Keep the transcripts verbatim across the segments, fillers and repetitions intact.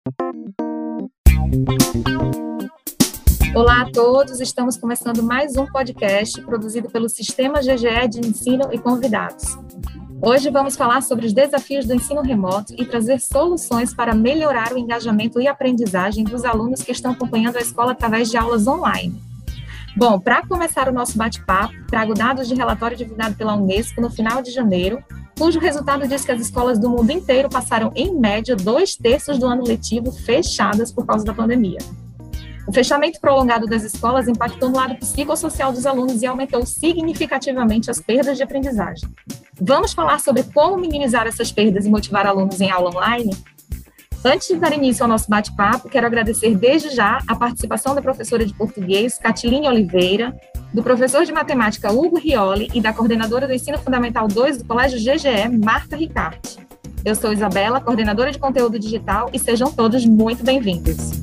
Olá a todos, estamos começando mais um podcast produzido pelo Sistema G G E de Ensino e convidados. Hoje vamos falar sobre os desafios do ensino remoto e trazer soluções para melhorar o engajamento e aprendizagem dos alunos que estão acompanhando a escola através de aulas online. Bom, para começar o nosso bate-papo, trago dados de relatório divulgado pela Unesco no final de janeiro, cujo resultado diz que as escolas do mundo inteiro passaram, em média, dois terços do ano letivo fechadas por causa da pandemia. O fechamento prolongado das escolas impactou no lado psicossocial dos alunos e aumentou significativamente as perdas de aprendizagem. Vamos falar sobre como minimizar essas perdas e motivar alunos em aula online? Antes de dar início ao nosso bate-papo, quero agradecer desde já a participação da professora de português, Catiline Oliveira, do professor de matemática, Hugo Rioli, e da coordenadora do Ensino Fundamental dois do Colégio G G E, Marta Ricarte. Eu sou Isabela, coordenadora de conteúdo digital, e sejam todos muito bem-vindos.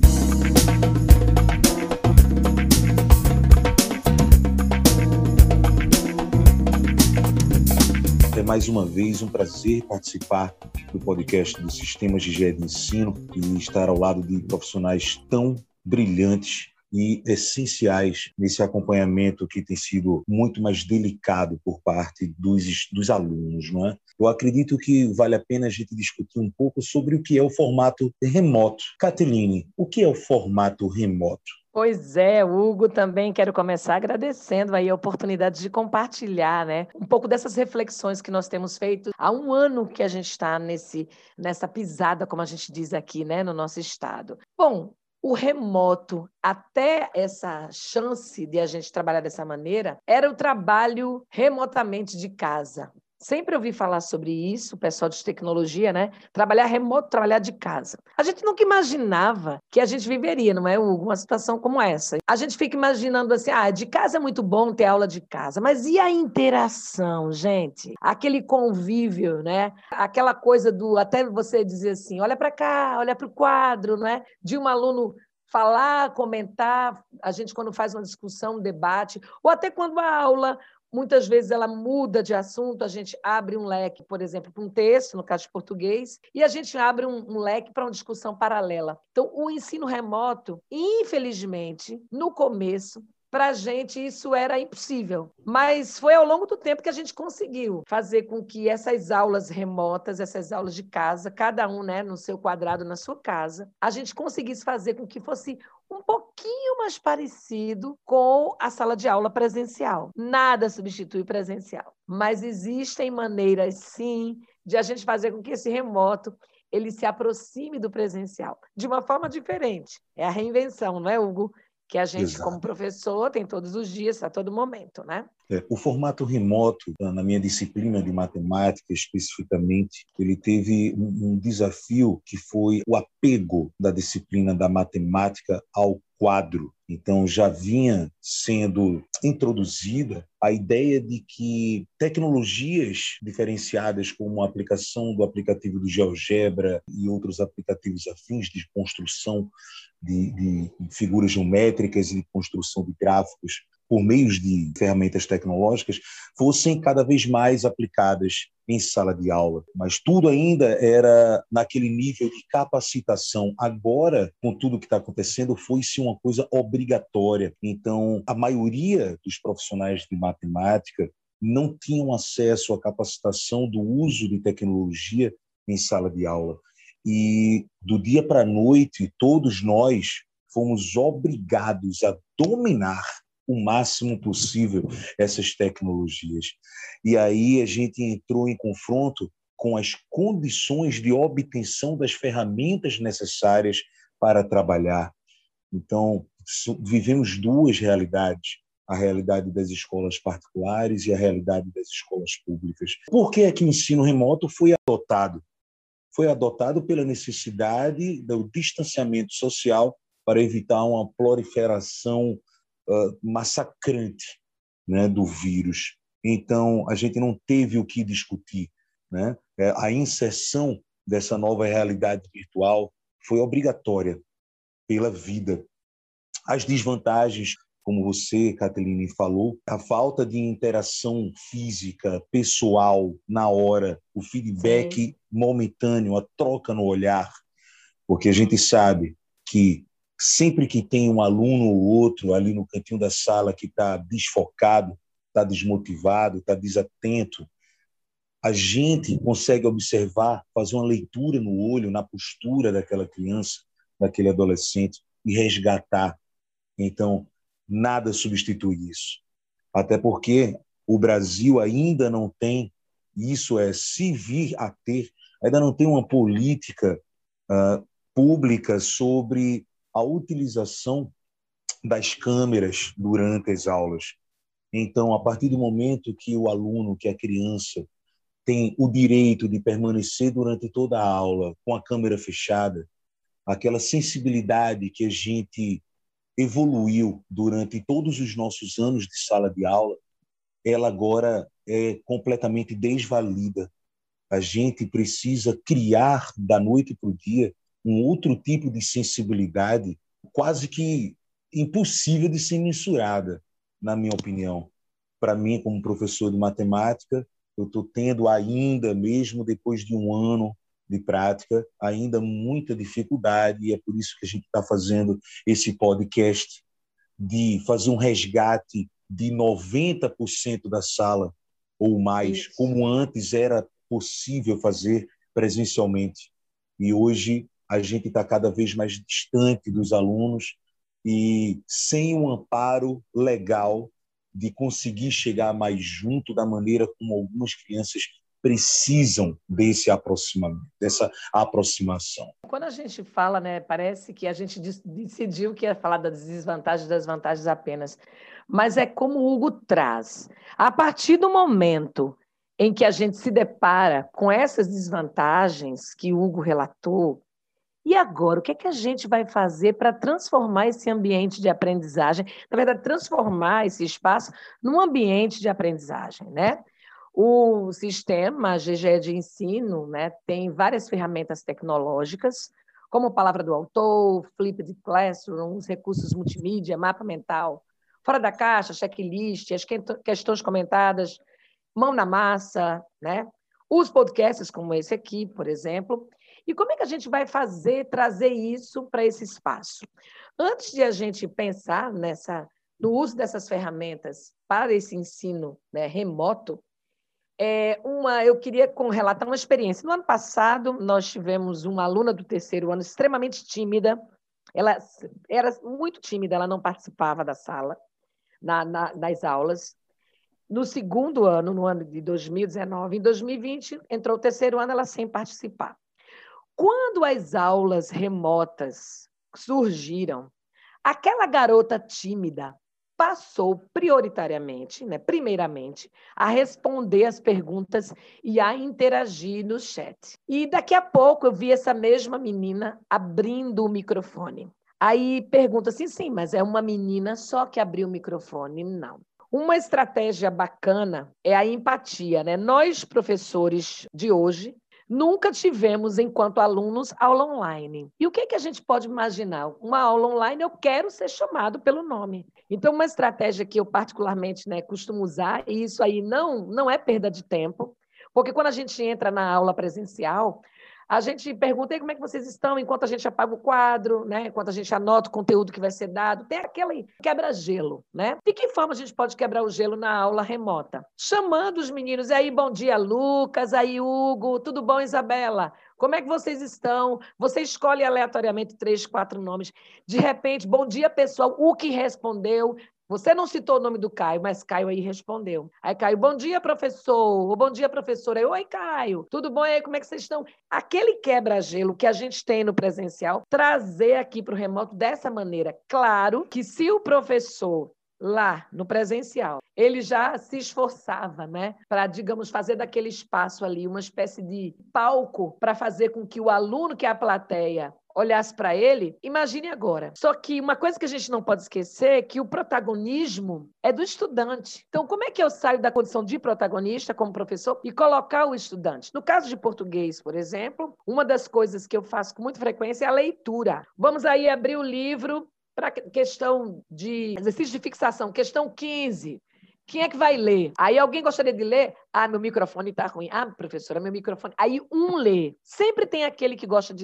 É mais uma vez um prazer participar do podcast do Sistema G G E de Ensino e estar ao lado de profissionais tão brilhantes e essenciais nesse acompanhamento que tem sido muito mais delicado por parte dos, dos alunos, não é? Eu acredito que vale a pena a gente discutir um pouco sobre o que é o formato remoto. Catiline, o que é o formato remoto? Pois é, Hugo, também quero começar agradecendo aí a oportunidade de compartilhar, né, um pouco dessas reflexões que nós temos feito há um ano que a gente está nesse, nessa pisada, como a gente diz aqui, né, no nosso estado. Bom, o remoto, até essa chance de a gente trabalhar dessa maneira, era o trabalho remotamente de casa. Sempre ouvi falar sobre isso, o pessoal de tecnologia, né? Trabalhar remoto, trabalhar de casa. A gente nunca imaginava que a gente viveria, não é, Hugo? Uma situação como essa. A gente fica imaginando assim, ah, de casa é muito bom ter aula de casa, mas e a interação, gente? Aquele convívio, né? Aquela coisa do, até você dizer assim, olha para cá, olha para o quadro, né? De um aluno falar, comentar, a gente quando faz uma discussão, um debate, ou até quando a aula... Muitas vezes ela muda de assunto, a gente abre um leque, por exemplo, para um texto, no caso de português, e a gente abre um, um leque para uma discussão paralela. Então, o ensino remoto, infelizmente, no começo, para a gente isso era impossível, mas foi ao longo do tempo que a gente conseguiu fazer com que essas aulas remotas, essas aulas de casa, cada um, né, no seu quadrado, na sua casa, a gente conseguisse fazer com que fosse um pouquinho mais parecido com a sala de aula presencial. Nada substitui presencial, mas existem maneiras, sim, de a gente fazer com que esse remoto ele se aproxime do presencial, de uma forma diferente. É a reinvenção, não é, Hugo? Que a gente, Exato. Como professor, tem todos os dias, a todo momento, né? É, o formato remoto, na minha disciplina de matemática especificamente, ele teve um, um desafio que foi o apego da disciplina da matemática ao quadro. Então, já vinha sendo introduzida a ideia de que tecnologias diferenciadas, como a aplicação do aplicativo do GeoGebra e outros aplicativos afins de construção de, de figuras geométricas e de construção de gráficos por meios de ferramentas tecnológicas, fossem cada vez mais aplicadas em sala de aula. Mas tudo ainda era naquele nível de capacitação. Agora, com tudo o que está acontecendo, foi-se uma coisa obrigatória. Então, a maioria dos profissionais de matemática não tinham acesso à capacitação do uso de tecnologia em sala de aula. E do dia para a noite, todos nós fomos obrigados a dominar o máximo possível essas tecnologias. E aí a gente entrou em confronto com as condições de obtenção das ferramentas necessárias para trabalhar. Então, vivemos duas realidades, a realidade das escolas particulares e a realidade das escolas públicas. Por que é que o ensino remoto foi adotado? Foi adotado pela necessidade do distanciamento social para evitar uma proliferação Uh, massacrante, né, do vírus. Então, a gente não teve o que discutir, né? A inserção dessa nova realidade virtual foi obrigatória pela vida. As desvantagens, como você, Catiline, falou, a falta de interação física, pessoal, na hora, o feedback Sim. momentâneo, a troca no olhar, porque a gente sabe que sempre que tem um aluno ou outro ali no cantinho da sala que está desfocado, está desmotivado, está desatento, a gente consegue observar, fazer uma leitura no olho, na postura daquela criança, daquele adolescente e resgatar. Então, nada substitui isso. Até porque o Brasil ainda não tem, isso é, se vir a ter, ainda não tem uma política uh, pública sobre a utilização das câmeras durante as aulas. Então, a partir do momento que o aluno, que a criança, tem o direito de permanecer durante toda a aula com a câmera fechada, aquela sensibilidade que a gente evoluiu durante todos os nossos anos de sala de aula, ela agora é completamente desvalida. A gente precisa criar da noite para o dia um outro tipo de sensibilidade quase que impossível de ser mensurada, na minha opinião. Para mim, como professor de matemática, eu estou tendo ainda, mesmo depois de um ano de prática, ainda muita dificuldade, e é por isso que a gente está fazendo esse podcast, de fazer um resgate de noventa por cento da sala ou mais, isso, como antes era possível fazer presencialmente. E hoje a gente está cada vez mais distante dos alunos e sem um amparo legal de conseguir chegar mais junto da maneira como algumas crianças precisam desse aproximamento, dessa aproximação. Quando a gente fala, né, parece que a gente decidiu que ia falar das desvantagens e das vantagens apenas, mas é como o Hugo traz. A partir do momento em que a gente se depara com essas desvantagens que o Hugo relatou, e agora, o que é que a gente vai fazer para transformar esse ambiente de aprendizagem, na verdade, transformar esse espaço num ambiente de aprendizagem, né? O sistema G G E de ensino, né, tem várias ferramentas tecnológicas, como Palavra do Autor, Flipped Classroom, os recursos multimídia, mapa mental, fora da caixa, checklist, as questões comentadas, mão na massa, né? Os podcasts como esse aqui, por exemplo. E como é que a gente vai fazer, trazer isso para esse espaço? Antes de a gente pensar nessa, no uso dessas ferramentas para esse ensino, né, remoto, é uma, eu queria relatar uma experiência. No ano passado, nós tivemos uma aluna do terceiro ano extremamente tímida. Ela era muito tímida, ela não participava da sala, na, na, das aulas. No segundo ano, no ano de dois mil e dezenove, em dois mil e vinte, entrou o terceiro ano, ela sem participar. Quando as aulas remotas surgiram, aquela garota tímida passou prioritariamente, né, primeiramente, a responder as perguntas e a interagir no chat. E daqui a pouco eu vi essa mesma menina abrindo o microfone. Aí pergunta assim, sim, mas é uma menina só que abriu o microfone? Não. Uma estratégia bacana é a empatia, né? Nós, professores de hoje, nunca tivemos, enquanto alunos, aula online. E o que, que a gente pode imaginar? Uma aula online, eu quero ser chamado pelo nome. Então, uma estratégia que eu particularmente, né, costumo usar, e isso aí não, não é perda de tempo, porque quando a gente entra na aula presencial, a gente pergunta como é que vocês estão enquanto a gente apaga o quadro, né? Enquanto a gente anota o conteúdo que vai ser dado. Tem aquele quebra-gelo, né? De que forma a gente pode quebrar o gelo na aula remota? Chamando os meninos. E aí, bom dia, Lucas. Aí, Hugo. Tudo bom, Isabela? Como é que vocês estão? Você escolhe aleatoriamente três, quatro nomes. De repente, bom dia, pessoal. O que respondeu? Você não citou o nome do Caio, mas Caio aí respondeu. Aí Caio, bom dia, professor. Bom dia, professora. Oi, Caio. Tudo bom aí? Como é que vocês estão? Aquele quebra-gelo que a gente tem no presencial, trazer aqui para o remoto dessa maneira. Claro que se o professor lá no presencial, ele já se esforçava, né, para, digamos, fazer daquele espaço ali uma espécie de palco para fazer com que o aluno, que é a plateia, olhasse para ele, imagine agora. Só que uma coisa que a gente não pode esquecer é que o protagonismo é do estudante. Então, como é que eu saio da condição de protagonista como professor e colocar o estudante? No caso de português, por exemplo, uma das coisas que eu faço com muita frequência é a leitura. Vamos aí abrir o livro para questão de exercício de fixação, questão quinze. Quem é que vai ler? Aí alguém gostaria de ler? Ah, meu microfone está ruim. Ah, professora, meu microfone... Aí um lê. Sempre tem aquele que gosta de ler.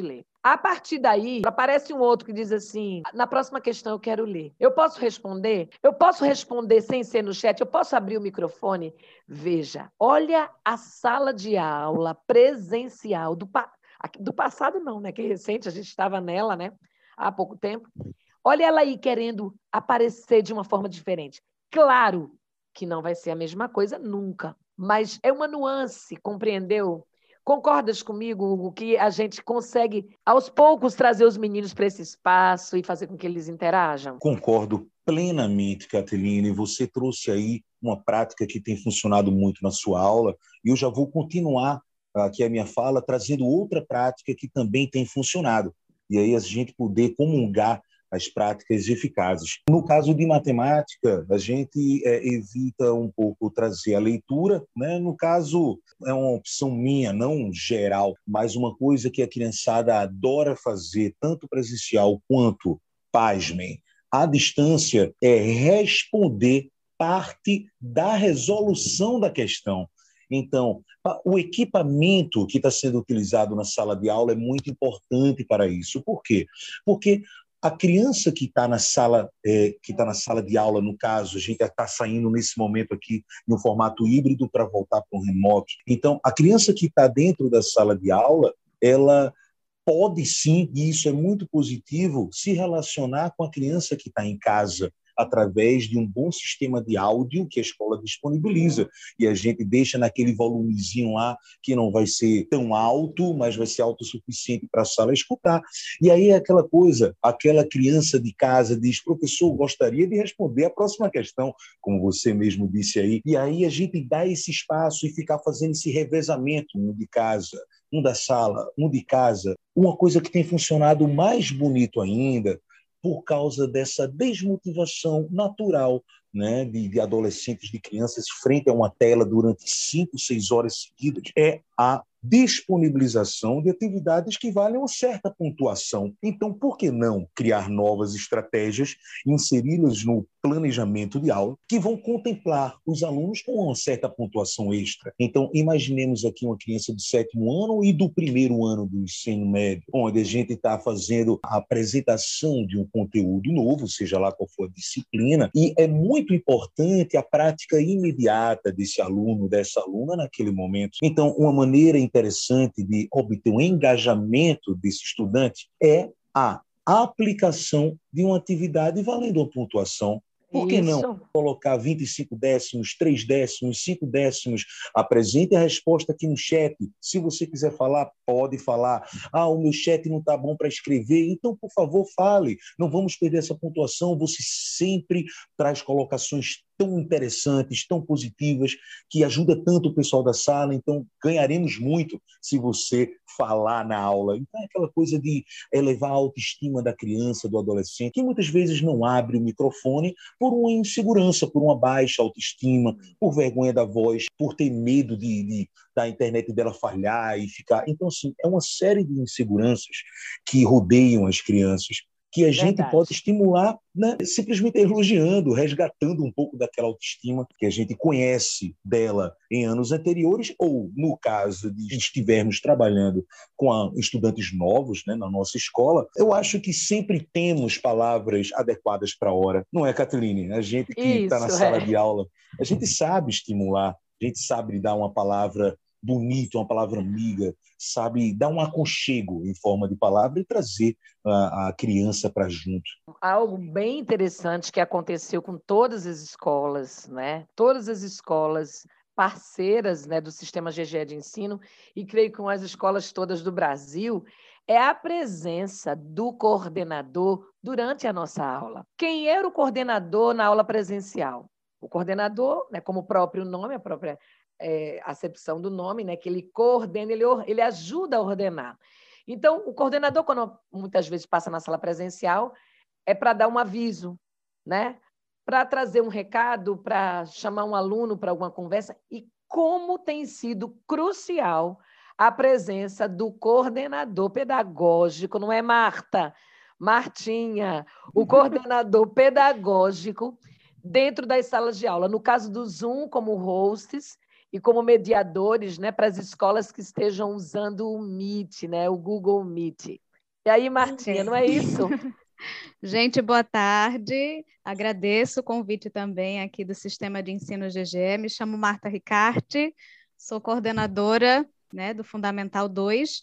A partir daí, aparece um outro que diz assim, na próxima questão eu quero ler. Eu posso responder? Eu posso responder sem ser no chat? Eu posso abrir o microfone? Veja, olha a sala de aula presencial do, pa... do passado não, né? Que é recente, a gente estava nela, né? Há pouco tempo. Olha ela aí querendo aparecer de uma forma diferente. Claro que não vai ser a mesma coisa nunca, mas é uma nuance, compreendeu? Concordas comigo, Hugo, que a gente consegue, aos poucos, trazer os meninos para esse espaço e fazer com que eles interajam? Concordo plenamente, Cateline. Você trouxe aí uma prática que tem funcionado muito na sua aula, e eu já vou continuar aqui a minha fala trazendo outra prática que também tem funcionado. E aí a gente poder comungar as práticas eficazes. No caso de matemática, a gente é, evita um pouco trazer a leitura, né? No caso, é uma opção minha, não geral, mas uma coisa que a criançada adora fazer, tanto presencial quanto, pasmem, à distância, é responder parte da resolução da questão. Então, o equipamento que está sendo utilizado na sala de aula é muito importante para isso. Por quê? Porque a criança que está na sala, é, que está na sala de aula, no caso, a gente está saindo nesse momento aqui no formato híbrido para voltar para o remoto. Então, a criança que está dentro da sala de aula, ela pode sim, e isso é muito positivo, se relacionar com a criança que está em casa, através de um bom sistema de áudio que a escola disponibiliza. E a gente deixa naquele volumezinho lá, que não vai ser tão alto, mas vai ser alto o suficiente para a sala escutar. E aí é aquela coisa, aquela criança de casa diz, professor, gostaria de responder a próxima questão, como você mesmo disse aí. E aí a gente dá esse espaço e ficar fazendo esse revezamento, um de casa, um da sala, um de casa. Uma coisa que tem funcionado mais bonito ainda, por causa dessa desmotivação natural, né, de, de adolescentes, de crianças, frente a uma tela durante cinco, seis horas seguidas, é a disponibilização de atividades que valem uma certa pontuação. Então, por que não criar novas estratégias, inseri-las no planejamento de aula, que vão contemplar os alunos com uma certa pontuação extra? Então, imaginemos aqui uma criança do sétimo ano e do primeiro ano do ensino médio, onde a gente está fazendo a apresentação de um conteúdo novo, seja lá qual for a disciplina, e é muito importante a prática imediata desse aluno, dessa aluna naquele momento. Então, uma maneira interessante de obter um engajamento desse estudante é a aplicação de uma atividade valendo uma pontuação. Por que não Isso. colocar vinte e cinco décimos, três décimos, cinco décimos? Apresente a resposta aqui no chat. Se você quiser falar, pode falar. Ah, o meu chat não está bom para escrever. Então, por favor, fale. Não vamos perder essa pontuação. Você sempre traz colocações tão interessantes, tão positivas, que ajuda tanto o pessoal da sala. Então, ganharemos muito se você falar na aula. Então, é aquela coisa de elevar a autoestima da criança, do adolescente, que muitas vezes não abre o microfone por uma insegurança, por uma baixa autoestima, por vergonha da voz, por ter medo de, de da internet dela falhar e ficar... Então, assim, é uma série de inseguranças que rodeiam as crianças, que a gente Verdade. pode estimular, né, simplesmente elogiando, resgatando um pouco daquela autoestima que a gente conhece dela em anos anteriores, ou no caso de estivermos trabalhando com a, estudantes novos, né, na nossa escola. Eu acho que sempre temos palavras adequadas para a hora. Não é, Cateline? A gente que está na Isso, sala é. de aula, a gente sabe estimular, a gente sabe dar uma palavra bonita, uma palavra amiga, sabe, dar um aconchego em forma de palavra e trazer a, a criança para junto. Algo bem interessante que aconteceu com todas as escolas, né? Todas as escolas parceiras, né, do sistema G G E de ensino, e creio que com as escolas todas do Brasil, é a presença do coordenador durante a nossa aula. Quem era o coordenador na aula presencial? O coordenador, né, como o próprio nome, a própria É, acepção do nome, né, que ele coordena, ele, ele ajuda a ordenar. Então, o coordenador, quando muitas vezes passa na sala presencial, é para dar um aviso, né, para trazer um recado, para chamar um aluno para alguma conversa, e como tem sido crucial a presença do coordenador pedagógico, não é, Marta? Martinha, o coordenador pedagógico dentro das salas de aula, no caso do Zoom, como hosts, e como mediadores, né, para as escolas que estejam usando o Meet, né, o Google Meet. E aí, Martinha, não é isso? Gente, boa tarde. Agradeço o convite também aqui do Sistema de Ensino G G. Me chamo Marta Ricarte, sou coordenadora, né, do Fundamental dois.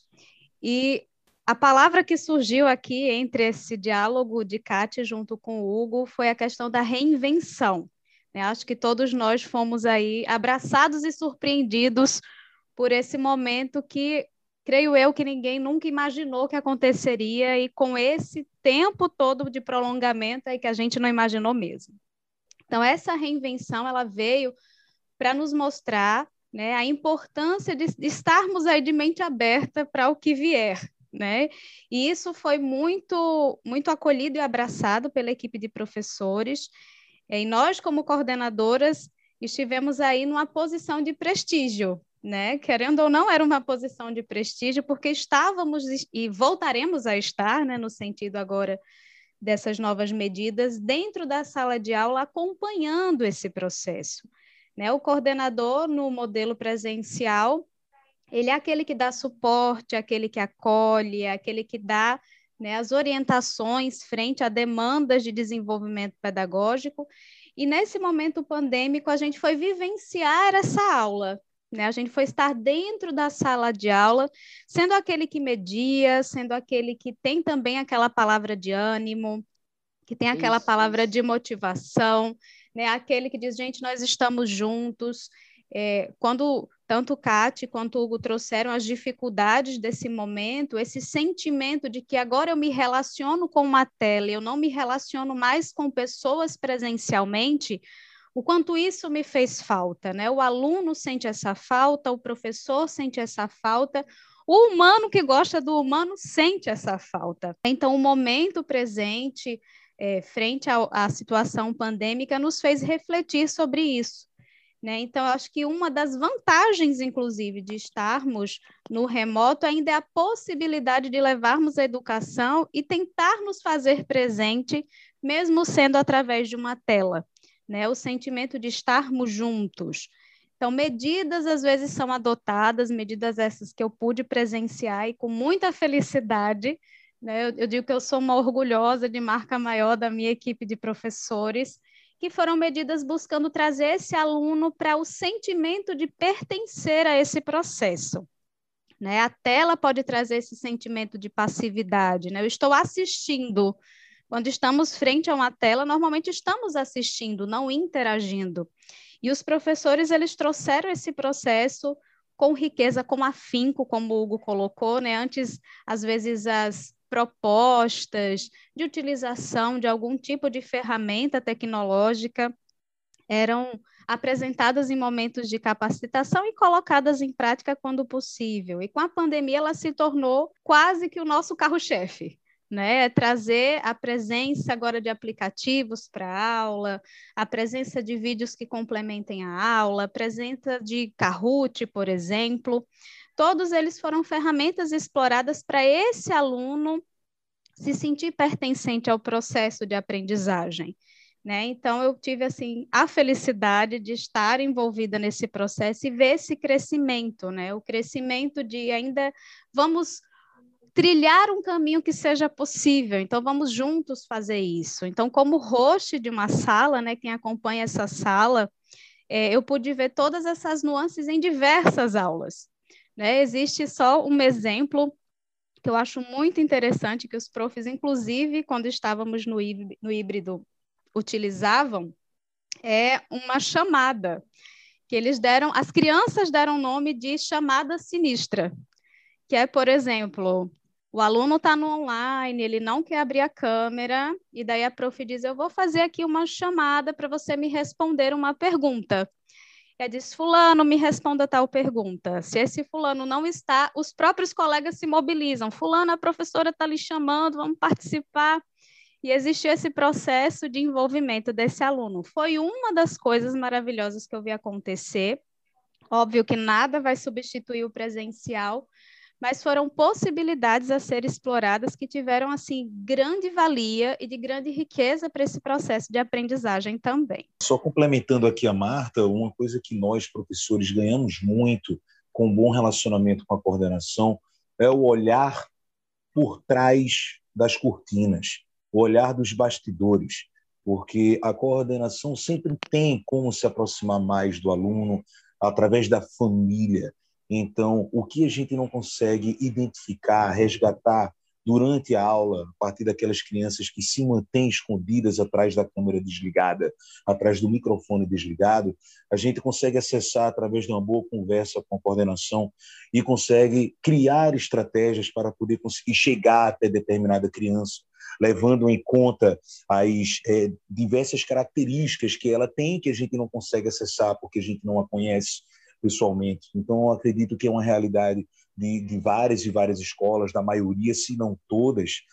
E a palavra que surgiu aqui entre esse diálogo de Cátia junto com o Hugo foi a questão da reinvenção. Né? Acho que todos nós fomos aí abraçados e surpreendidos por esse momento que, creio eu, que ninguém nunca imaginou que aconteceria, e com esse tempo todo de prolongamento aí que a gente não imaginou mesmo. Então, essa reinvenção, ela veio para nos mostrar, né, a importância de, de estarmos aí de mente aberta para o que vier, né? E isso foi muito, muito acolhido e abraçado pela equipe de professores, e nós, como coordenadoras, estivemos aí numa posição de prestígio, né? Querendo ou não, era uma posição de prestígio, porque estávamos e voltaremos a estar, né, no sentido agora dessas novas medidas, dentro da sala de aula, acompanhando esse processo. Né? O coordenador, no modelo presencial, ele é aquele que dá suporte, aquele que acolhe, é aquele que dá, né, as orientações frente a demandas de desenvolvimento pedagógico, e nesse momento pandêmico a gente foi vivenciar essa aula, né? A gente foi estar dentro da sala de aula, sendo aquele que media, sendo aquele que tem também aquela palavra de ânimo, que tem aquela isso, palavra isso. de motivação, né? Aquele que diz, gente, nós estamos juntos. É, quando tanto Cátia quanto o Hugo trouxeram as dificuldades desse momento, esse sentimento de que agora eu me relaciono com uma tela, eu não me relaciono mais com pessoas presencialmente, o quanto isso me fez falta, né? O aluno sente essa falta, o professor sente essa falta, o humano que gosta do humano sente essa falta. Então, o momento presente, é, frente à, à situação pandêmica, nos fez refletir sobre isso. Né? Então, eu acho que uma das vantagens, inclusive, de estarmos no remoto ainda é a possibilidade de levarmos a educação e tentar nos fazer presente, mesmo sendo através de uma tela. Né? O sentimento de estarmos juntos. Então, medidas às vezes são adotadas, medidas essas que eu pude presenciar e com muita felicidade. Né? Eu, eu digo que eu sou uma orgulhosa de marca maior da minha equipe de professores, que foram medidas buscando trazer esse aluno para o sentimento de pertencer a esse processo. Né? A tela pode trazer esse sentimento de passividade. Né? Eu estou assistindo. Quando estamos frente a uma tela, normalmente estamos assistindo, não interagindo. E os professores, eles trouxeram esse processo com riqueza, com afinco, como o Hugo colocou, né? Antes, às vezes, as propostas de utilização de algum tipo de ferramenta tecnológica eram apresentadas em momentos de capacitação e colocadas em prática quando possível. E com a pandemia, ela se tornou quase que o nosso carro-chefe. Né, trazer a presença agora de aplicativos para a aula, a presença de vídeos que complementem a aula, a presença de Kahoot, por exemplo, todos eles foram ferramentas exploradas para esse aluno se sentir pertencente ao processo de aprendizagem. Né? Então, eu tive assim, a felicidade de estar envolvida nesse processo e ver esse crescimento, né? O crescimento de ainda vamos trilhar um caminho que seja possível, então vamos juntos fazer isso. Então, como host de uma sala, né, quem acompanha essa sala, é, eu pude ver todas essas nuances em diversas aulas. Né? Existe só um exemplo que eu acho muito interessante, que os profs, inclusive, quando estávamos no híbrido, no híbrido utilizavam, é uma chamada, que eles deram, as crianças deram o nome de chamada sinistra, que é, por exemplo, o aluno está no online, ele não quer abrir a câmera, e daí a prof diz, eu vou fazer aqui uma chamada para você me responder uma pergunta. E diz, fulano, me responda tal pergunta. Se esse fulano não está, os próprios colegas se mobilizam. Fulano, a professora está lhe chamando, vamos participar. E existiu esse processo de envolvimento desse aluno. Foi uma das coisas maravilhosas que eu vi acontecer. Óbvio que nada vai substituir o presencial, mas foram possibilidades a ser exploradas que tiveram, assim, grande valia e de grande riqueza para esse processo de aprendizagem também. Só complementando aqui a Marta, uma coisa que nós, professores, ganhamos muito com um bom relacionamento com a coordenação é o olhar por trás das cortinas, o olhar dos bastidores, porque a coordenação sempre tem como se aproximar mais do aluno através da família. Então, o que a gente não consegue identificar, resgatar durante a aula, a partir daquelas crianças que se mantêm escondidas atrás da câmera desligada, atrás do microfone desligado, a gente consegue acessar através de uma boa conversa com a coordenação e consegue criar estratégias para poder conseguir chegar até determinada criança, levando em conta as é, diversas características que ela tem, que a gente não consegue acessar porque a gente não a conhece pessoalmente. Então, eu acredito que é uma realidade de, de várias e várias escolas, da maioria, se não todas,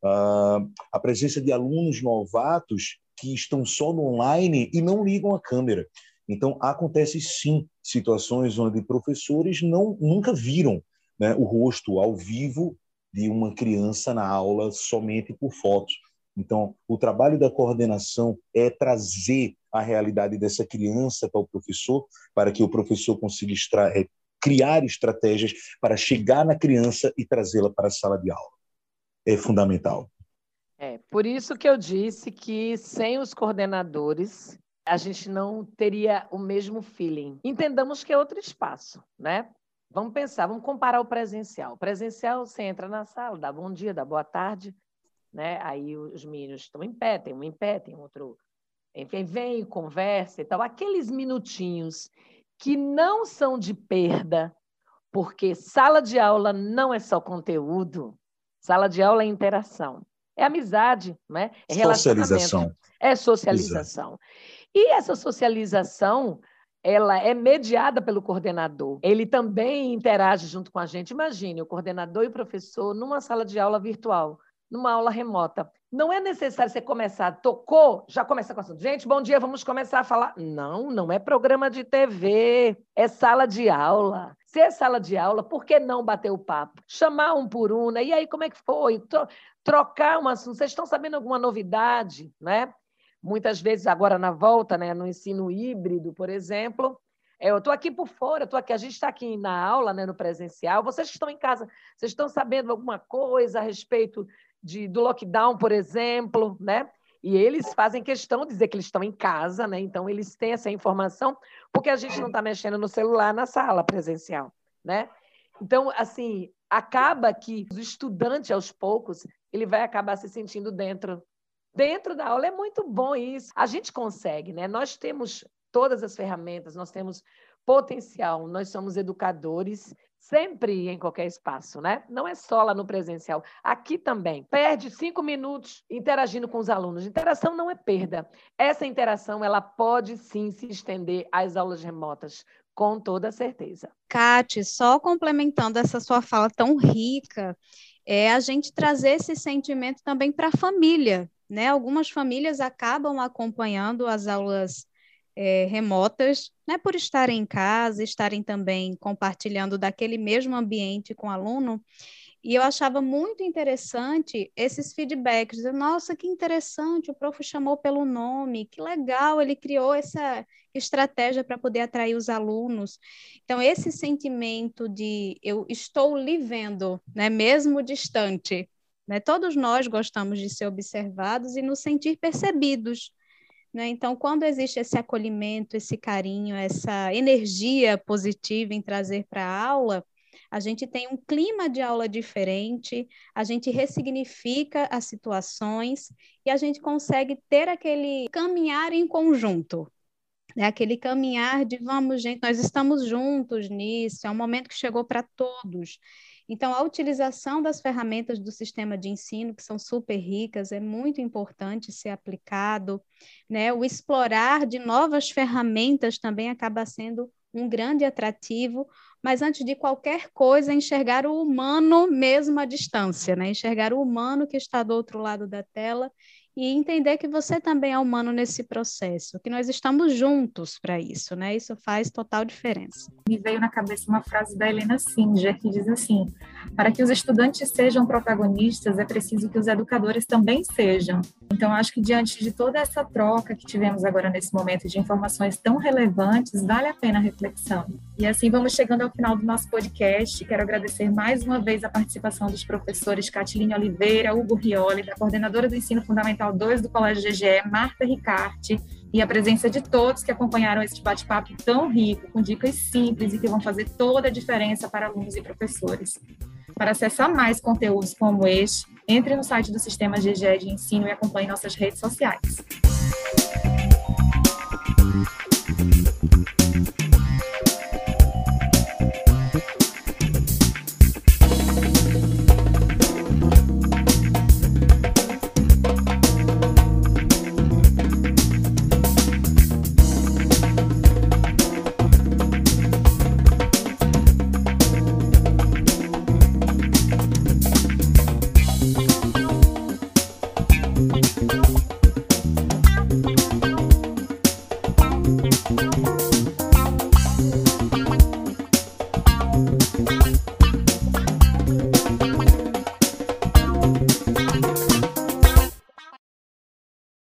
uh, a presença de alunos novatos que estão só no online e não ligam a câmera. Então, acontece sim situações onde professores não, nunca viram, né, o rosto ao vivo de uma criança na aula somente por fotos. Então, o trabalho da coordenação é trazer a realidade dessa criança para o professor, para que o professor consiga extra- é, criar estratégias para chegar na criança e trazê-la para a sala de aula. É fundamental. É, por isso que eu disse que sem os coordenadores a gente não teria o mesmo feeling. Entendamos que é outro espaço, né? Vamos pensar, vamos comparar o presencial. O presencial, você entra na sala, dá bom dia, dá boa tarde, né? Aí os meninos estão em pé, tem um em pé, tem outro, enfim, vem, conversa e tal. Aqueles minutinhos que não são de perda, porque sala de aula não é só conteúdo, sala de aula é interação, é amizade, né? É relacionamento, é socialização. Exato. E essa socialização, ela é mediada pelo coordenador. Ele também interage junto com a gente. Imagine o coordenador e o professor numa sala de aula virtual, numa aula remota. Não é necessário você começar, tocou, já começa com o assunto. Gente, bom dia, vamos começar a falar. Não, não é programa de T V, é sala de aula. Se é sala de aula, por que não bater o papo? Chamar um por um, né? E aí, como é que foi? Trocar um assunto. Vocês estão sabendo alguma novidade, né? Muitas vezes, agora na volta, né, no ensino híbrido, por exemplo, eu estou aqui por fora, eu tô aqui, a gente está aqui na aula, né, no presencial, vocês que estão em casa, vocês estão sabendo alguma coisa a respeito de, do lockdown, por exemplo, né? E eles fazem questão de dizer que eles estão em casa, né? Então eles têm essa informação, porque a gente não está mexendo no celular na sala presencial, né? Então, assim, acaba que o estudante, aos poucos, ele vai acabar se sentindo dentro Dentro da aula. É muito bom isso. A gente consegue, né? Nós temos todas as ferramentas, nós temos potencial, nós somos educadores, sempre em qualquer espaço, né? Não é só lá no presencial. Aqui também. Perde cinco minutos interagindo com os alunos. Interação não é perda. Essa interação, ela pode sim se estender às aulas remotas, com toda certeza. Cate, só complementando essa sua fala tão rica, é a gente trazer esse sentimento também para a família, né? Algumas famílias acabam acompanhando as aulas é, remotas, né? Por estarem em casa, estarem também compartilhando daquele mesmo ambiente com o aluno. E eu achava muito interessante esses feedbacks. Nossa, que interessante, o prof chamou pelo nome, que legal, ele criou essa estratégia para poder atrair os alunos. Então, esse sentimento de eu estou lhe vendo, né, mesmo distante, né? Todos nós gostamos de ser observados e nos sentir percebidos, né? Então, quando existe esse acolhimento, esse carinho, essa energia positiva em trazer para a aula, a gente tem um clima de aula diferente, a gente ressignifica as situações e a gente consegue ter aquele caminhar em conjunto, né? Aquele caminhar de vamos, gente, nós estamos juntos nisso, é um momento que chegou para todos. Então, a utilização das ferramentas do sistema de ensino, que são super ricas, é muito importante ser aplicado, né? O explorar de novas ferramentas também acaba sendo um grande atrativo, mas antes de qualquer coisa, enxergar o humano mesmo à distância, né? Enxergar o humano que está do outro lado da tela e entender que você também é humano nesse processo, que nós estamos juntos para isso, né? Isso faz total diferença. Me veio na cabeça uma frase da Helena Singer, que diz assim: para que os estudantes sejam protagonistas, é preciso que os educadores também sejam. Então, acho que diante de toda essa troca que tivemos agora nesse momento de informações tão relevantes, vale a pena a reflexão. E assim vamos chegando ao final do nosso podcast. Quero agradecer mais uma vez a participação dos professores Catiline Oliveira, Hugo Rioli, da coordenadora do Ensino Fundamental dois do Colégio G G E, Marta Ricarte, e a presença de todos que acompanharam esse bate-papo tão rico, com dicas simples e que vão fazer toda a diferença para alunos e professores. Para acessar mais conteúdos como este, entre no site do Sistema G G E de Ensino e acompanhe nossas redes sociais.